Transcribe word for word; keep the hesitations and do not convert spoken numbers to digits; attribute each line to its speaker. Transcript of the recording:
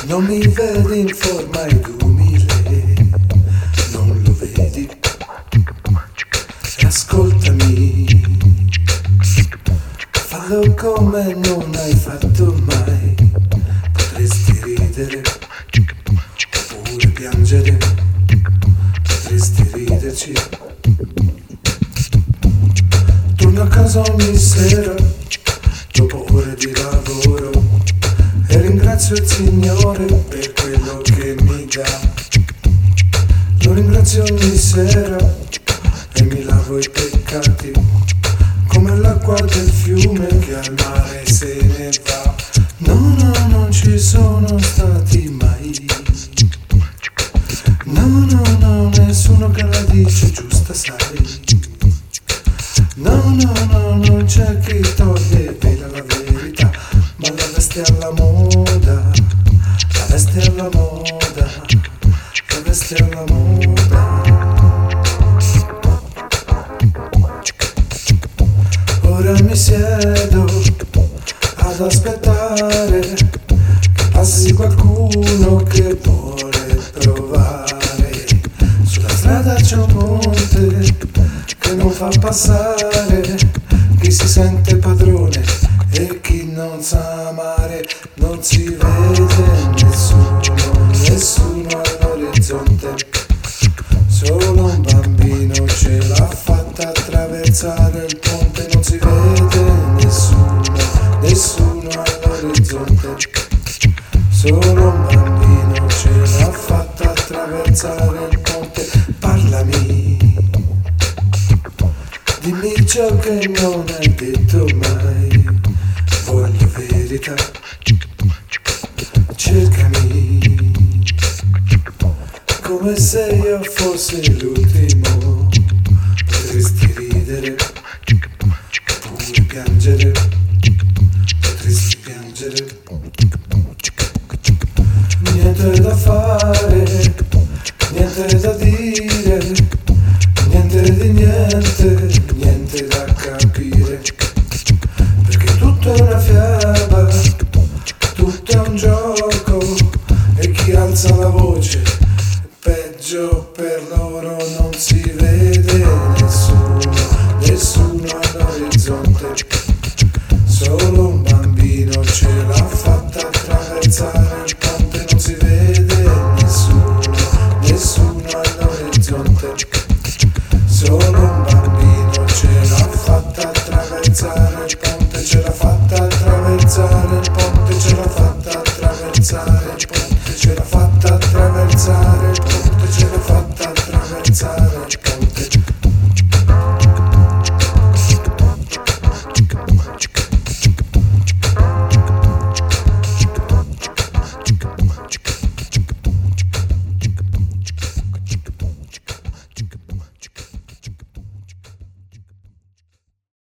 Speaker 1: Non mi vedi in forma ed umile, non lo vedi? E ascoltami, fallo come non hai fatto mai. Potresti ridere oppure piangere, potresti riderci. Torno a casa ogni sera dopo ore di lavoro e ringrazio il Signore per quello che mi dà. Lo ringrazio ogni sera e mi lavo i peccati come l'acqua del fiume che al mare se ne va. No, no, non ci sono stati mai. No, no, no, nessuno che la dice giusta, sai. No, no, no, non c'è chi toglie vela la verità, ma la veste alla moda, la veste alla moda, la veste alla moda. Ora mi siedo ad aspettare che passi qualcuno che vuole provare. Sulla strada c'è un ponte che non fa passare chi si sente padrone e chi non sa amare. Non si vede nessuno, nessuno all'orizzonte, solo un bambino ce l'ha fatta attraversare il ponte. Non si vede nessuno, nessuno all'orizzonte, solo un bambino ce l'ha fatta attraversare il ponte. Parlami, dimmi ciò che non hai detto mai, voglio verità. Cercami, come se io fossi l'ultimo. Potresti ridere, oppure piangere, potresti piangere. Niente da fare, niente da dire, niente di niente, niente da capire, perché tutto è una fiaba, tutto è un gioco, e chi alza la voce è peggio per loro. Non si vede nessuno, nessuno all'orizzonte, solo un bambino ce l'ha fatta attraversare il ponte. Non si vede nessuno, nessuno all'orizzonte, solo un bambino ce l'ha fatta attraversare il ponte. Ce l'ha fatta attraversare il ponte, ce l'ha fatta attraversare il ponte, ce l'ha fatta attraversare il ponte, ce l'ha fatta attraversare il ponte.